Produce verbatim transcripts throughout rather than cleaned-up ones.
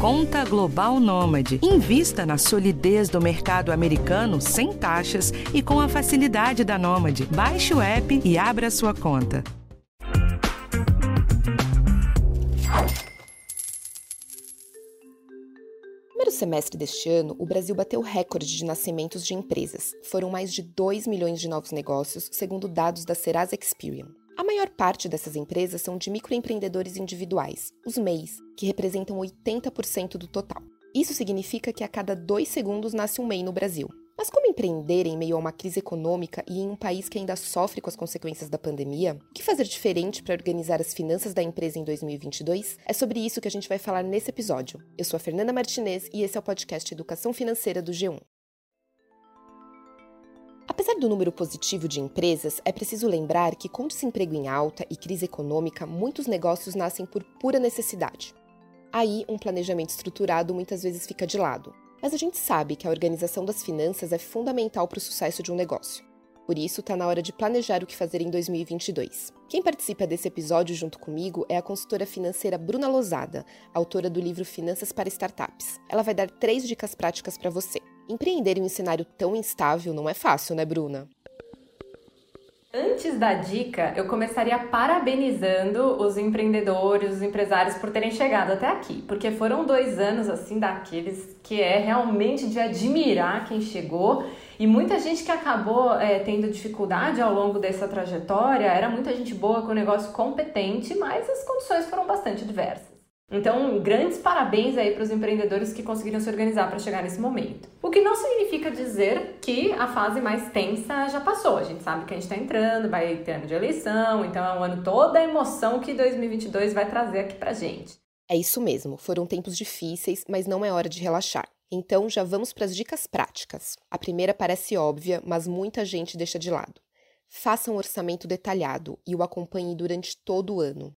Conta Global Nômade. Invista na solidez do mercado americano sem taxas e com a facilidade da Nômade. Baixe o app e abra sua conta. No primeiro semestre deste ano, o Brasil bateu recorde de nascimentos de empresas. Foram mais de dois milhões de novos negócios, segundo dados da Serasa Experian. A maior parte dessas empresas são de microempreendedores individuais, os M E Is, que representam oitenta por cento do total. Isso significa que a cada dois segundos nasce um M E I no Brasil. Mas como empreender em meio a uma crise econômica e em um país que ainda sofre com as consequências da pandemia? O que fazer diferente para organizar as finanças da empresa em dois mil e vinte e dois? É sobre isso que a gente vai falar nesse episódio. Eu sou a Fernanda Martinez e esse é o podcast Educação Financeira do G um. Apesar do número positivo de empresas, é preciso lembrar que com desemprego em alta e crise econômica, muitos negócios nascem por pura necessidade. Aí, um planejamento estruturado muitas vezes fica de lado. Mas a gente sabe que a organização das finanças é fundamental para o sucesso de um negócio. Por isso, está na hora de planejar o que fazer em dois mil e vinte e dois. Quem participa desse episódio junto comigo é a consultora financeira Bruna Losada, autora do livro Finanças para Startups. Ela vai dar três dicas práticas para você. Empreender em um cenário tão instável não é fácil, né, Bruna? Antes da dica, eu começaria parabenizando os empreendedores, os empresários por terem chegado até aqui, porque foram dois anos assim daqueles que é realmente de admirar quem chegou, e muita gente que acabou é, tendo dificuldade ao longo dessa trajetória, era muita gente boa com negócio competente, mas as condições foram bastante diversas. Então, grandes parabéns aí para os empreendedores que conseguiram se organizar para chegar nesse momento. O que não significa dizer que a fase mais tensa já passou. A gente sabe que a gente está entrando, vai ter ano de eleição, então é um ano toda a emoção que dois mil e vinte e dois vai trazer aqui para gente. É isso mesmo, foram tempos difíceis, mas não é hora de relaxar. Então, já vamos para as dicas práticas. A primeira parece óbvia, mas muita gente deixa de lado. Faça um orçamento detalhado e o acompanhe durante todo o ano.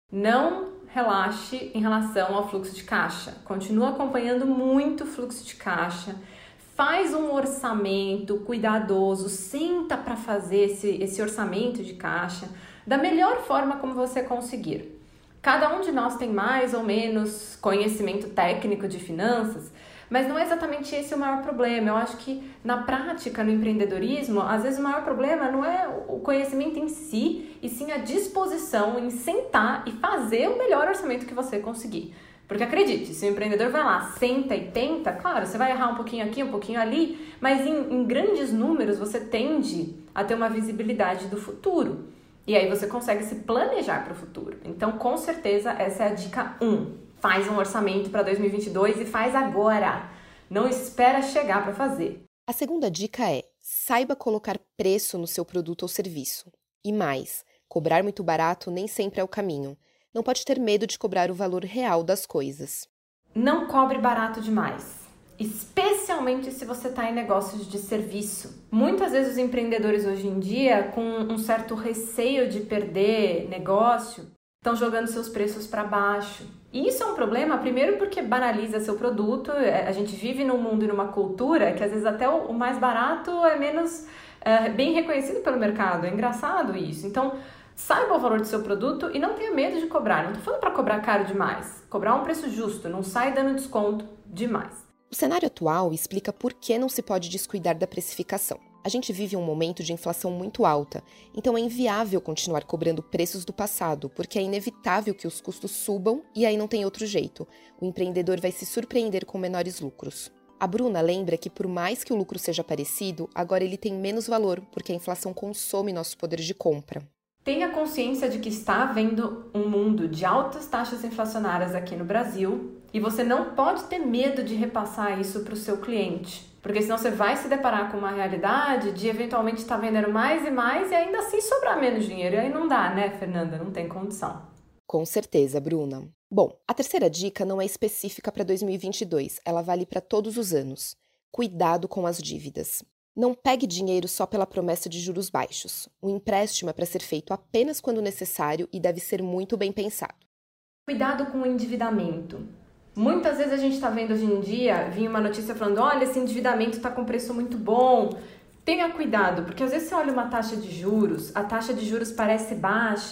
Não relaxe em relação ao fluxo de caixa. Continua acompanhando muito o fluxo de caixa. Faz um orçamento cuidadoso, senta para fazer esse, esse orçamento de caixa da melhor forma como você conseguir. Cada um de nós tem mais ou menos conhecimento técnico de finanças, mas não é exatamente esse o maior problema. Eu acho que na prática, no empreendedorismo, às vezes o maior problema não é o conhecimento em si, e sim a disposição em sentar e fazer o melhor orçamento que você conseguir. Porque acredite, se o empreendedor vai lá, senta e tenta, claro, você vai errar um pouquinho aqui, um pouquinho ali, mas em, em grandes números você tende a ter uma visibilidade do futuro. E aí você consegue se planejar para o futuro. Então, com certeza, essa é a dica um. Faz um orçamento para dois mil e vinte e dois e faz agora. Não espera chegar para fazer. A segunda dica é: saiba colocar preço no seu produto ou serviço. E mais, cobrar muito barato nem sempre é o caminho. Não pode ter medo de cobrar o valor real das coisas. Não cobre barato demais. Especialmente se você está em negócios de serviço. Muitas vezes os empreendedores hoje em dia, com um certo receio de perder negócio, estão jogando seus preços para baixo. E isso é um problema, primeiro porque banaliza seu produto. A gente vive num mundo e numa cultura que às vezes até o mais barato é menos é, bem reconhecido pelo mercado. É engraçado isso. Então, saiba o valor do seu produto e não tenha medo de cobrar. Não estou falando para cobrar caro demais. Cobrar um preço justo, não sai dando desconto demais. O cenário atual explica por que não se pode descuidar da precificação. A gente vive um momento de inflação muito alta, então é inviável continuar cobrando preços do passado, porque é inevitável que os custos subam e aí não tem outro jeito. O empreendedor vai se surpreender com menores lucros. A Bruna lembra que por mais que o lucro seja parecido, agora ele tem menos valor, porque a inflação consome nosso poder de compra. Tenha consciência de que está havendo um mundo de altas taxas inflacionárias aqui no Brasil e você não pode ter medo de repassar isso para o seu cliente. Porque senão você vai se deparar com uma realidade de eventualmente estar vendendo mais e mais e ainda assim sobrar menos dinheiro. E aí não dá, né, Fernanda? Não tem condição. Com certeza, Bruna. Bom, a terceira dica não é específica para dois mil e vinte e dois, ela vale para todos os anos. Cuidado com as dívidas. Não pegue dinheiro só pela promessa de juros baixos. O empréstimo é para ser feito apenas quando necessário e deve ser muito bem pensado. Cuidado com o endividamento. Muitas vezes a gente está vendo hoje em dia, vinha uma notícia falando, olha, esse endividamento está com preço muito bom. Tenha cuidado, porque às vezes você olha uma taxa de juros, a taxa de juros parece baixa,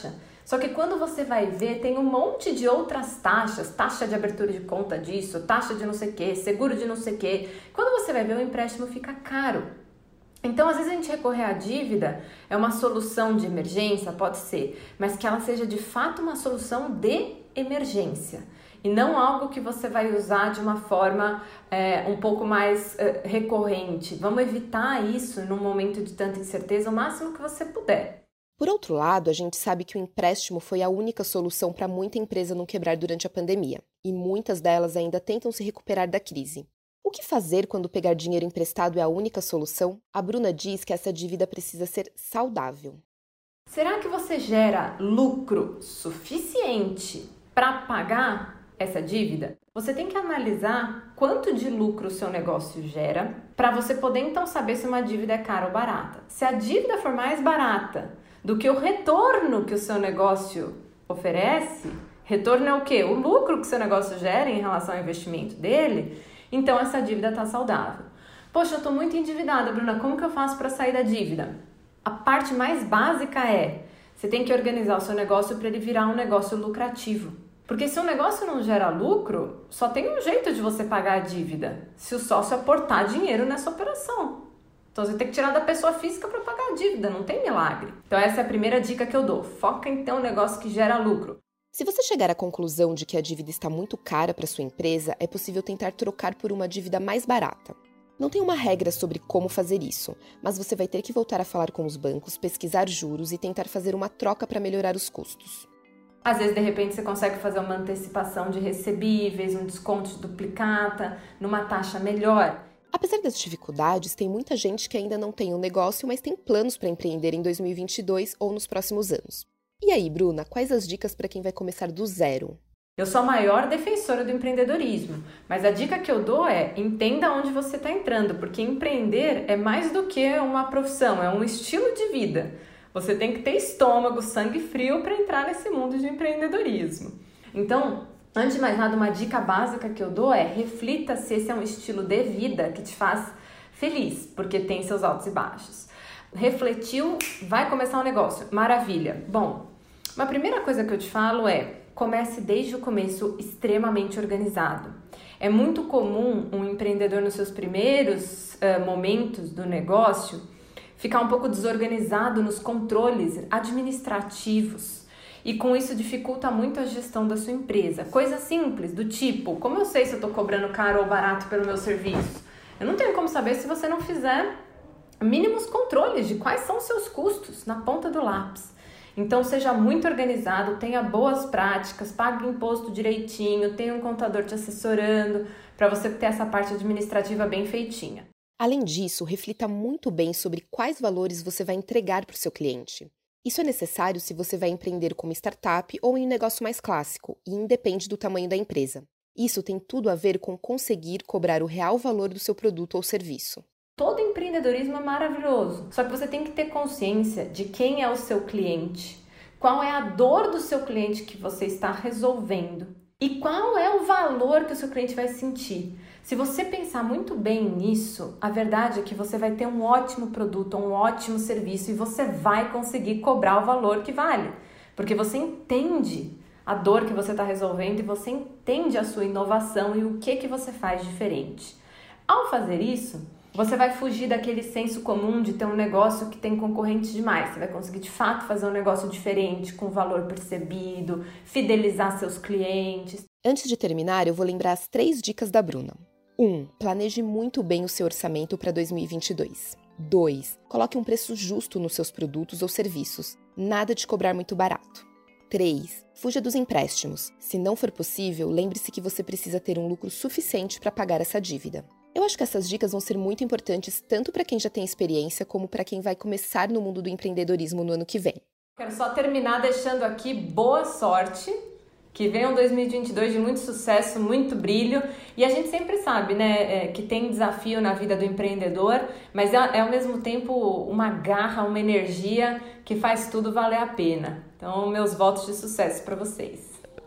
Só que quando você vai ver, tem um monte de outras taxas, taxa de abertura de conta disso, taxa de não sei o que, seguro de não sei o que. Quando você vai ver, o empréstimo fica caro. Então, às vezes a gente recorrer à dívida é uma solução de emergência, pode ser, mas que ela seja de fato uma solução de emergência e não algo que você vai usar de uma forma é, um pouco mais é, recorrente. Vamos evitar isso num momento de tanta incerteza o máximo que você puder. Por outro lado, a gente sabe que o empréstimo foi a única solução para muita empresa não quebrar durante a pandemia, e muitas delas ainda tentam se recuperar da crise. O que fazer quando pegar dinheiro emprestado é a única solução? A Bruna diz que essa dívida precisa ser saudável. Será que você gera lucro suficiente para pagar essa dívida? Você tem que analisar quanto de lucro o seu negócio gera para você poder então saber se uma dívida é cara ou barata. Se a dívida for mais barata do que o retorno que o seu negócio oferece, retorno é o quê? O lucro que o seu negócio gera em relação ao investimento dele, então essa dívida está saudável. Poxa, eu estou muito endividada, Bruna, como que eu faço para sair da dívida? A parte mais básica é, você tem que organizar o seu negócio para ele virar um negócio lucrativo. Porque se o negócio não gera lucro, só tem um jeito de você pagar a dívida, se o sócio aportar dinheiro nessa operação. Então, você tem que tirar da pessoa física para pagar a dívida, não tem milagre. Então, essa é a primeira dica que eu dou. Foca em ter um negócio que gera lucro. Se você chegar à conclusão de que a dívida está muito cara para sua empresa, é possível tentar trocar por uma dívida mais barata. Não tem uma regra sobre como fazer isso, mas você vai ter que voltar a falar com os bancos, pesquisar juros e tentar fazer uma troca para melhorar os custos. Às vezes, de repente, você consegue fazer uma antecipação de recebíveis, um desconto de duplicata, numa taxa melhor. Apesar das dificuldades, tem muita gente que ainda não tem um negócio, mas tem planos para empreender em dois mil e vinte e dois ou nos próximos anos. E aí, Bruna, quais as dicas para quem vai começar do zero? Eu sou a maior defensora do empreendedorismo, mas a dica que eu dou é entenda onde você está entrando, porque empreender é mais do que uma profissão, é um estilo de vida. Você tem que ter estômago, sangue frio para entrar nesse mundo de empreendedorismo. Então, antes de mais nada, uma dica básica que eu dou é reflita se esse é um estilo de vida que te faz feliz, porque tem seus altos e baixos. Refletiu, vai começar um negócio, maravilha. Bom, uma primeira coisa que eu te falo é comece desde o começo extremamente organizado. É muito comum um empreendedor nos seus primeiros uh, momentos do negócio ficar um pouco desorganizado nos controles administrativos. E com isso dificulta muito a gestão da sua empresa. Coisa simples, do tipo, como eu sei se eu estou cobrando caro ou barato pelo meu serviço? Eu não tenho como saber se você não fizer mínimos controles de quais são os seus custos na ponta do lápis. Então seja muito organizado, tenha boas práticas, pague imposto direitinho, tenha um contador te assessorando para você ter essa parte administrativa bem feitinha. Além disso, reflita muito bem sobre quais valores você vai entregar para o seu cliente. Isso é necessário se você vai empreender como startup ou em um negócio mais clássico, e independe do tamanho da empresa. Isso tem tudo a ver com conseguir cobrar o real valor do seu produto ou serviço. Todo empreendedorismo é maravilhoso, só que você tem que ter consciência de quem é o seu cliente, qual é a dor do seu cliente que você está resolvendo e qual é o valor que o seu cliente vai sentir. Se você pensar muito bem nisso, a verdade é que você vai ter um ótimo produto, um ótimo serviço e você vai conseguir cobrar o valor que vale, porque você entende a dor que você está resolvendo e você entende a sua inovação e o que, que você faz diferente. Ao fazer isso, você vai fugir daquele senso comum de ter um negócio que tem concorrente demais. Você vai conseguir de fato fazer um negócio diferente, com valor percebido, fidelizar seus clientes. Antes de terminar, eu vou lembrar as três dicas da Bruna. um. Planeje muito bem o seu orçamento para dois mil e vinte e dois. dois. Coloque um preço justo nos seus produtos ou serviços. Nada de cobrar muito barato. três. Fuja dos empréstimos. Se não for possível, lembre-se que você precisa ter um lucro suficiente para pagar essa dívida. Eu acho que essas dicas vão ser muito importantes tanto para quem já tem experiência como para quem vai começar no mundo do empreendedorismo no ano que vem. Quero só terminar deixando aqui boa sorte, que venha um dois mil e vinte e dois de muito sucesso, muito brilho. E a gente sempre sabe, né, é, que tem desafio na vida do empreendedor, mas é, é ao mesmo tempo uma garra, uma energia que faz tudo valer a pena. Então, meus votos de sucesso para vocês.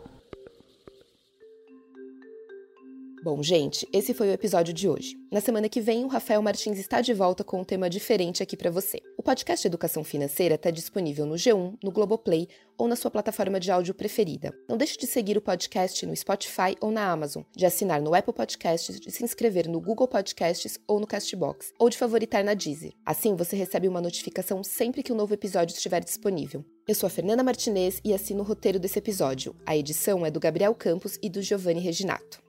Bom, gente, esse foi o episódio de hoje. Na semana que vem, o Rafael Martins está de volta com um tema diferente aqui para você. O podcast Educação Financeira está disponível no G um, no Globoplay ou na sua plataforma de áudio preferida. Não deixe de seguir o podcast no Spotify ou na Amazon, de assinar no Apple Podcasts, de se inscrever no Google Podcasts ou no Castbox, ou de favoritar na Deezer. Assim, você recebe uma notificação sempre que um novo episódio estiver disponível. Eu sou a Fernanda Martinez e assino o roteiro desse episódio. A edição é do Gabriel Campos e do Giovanni Reginato.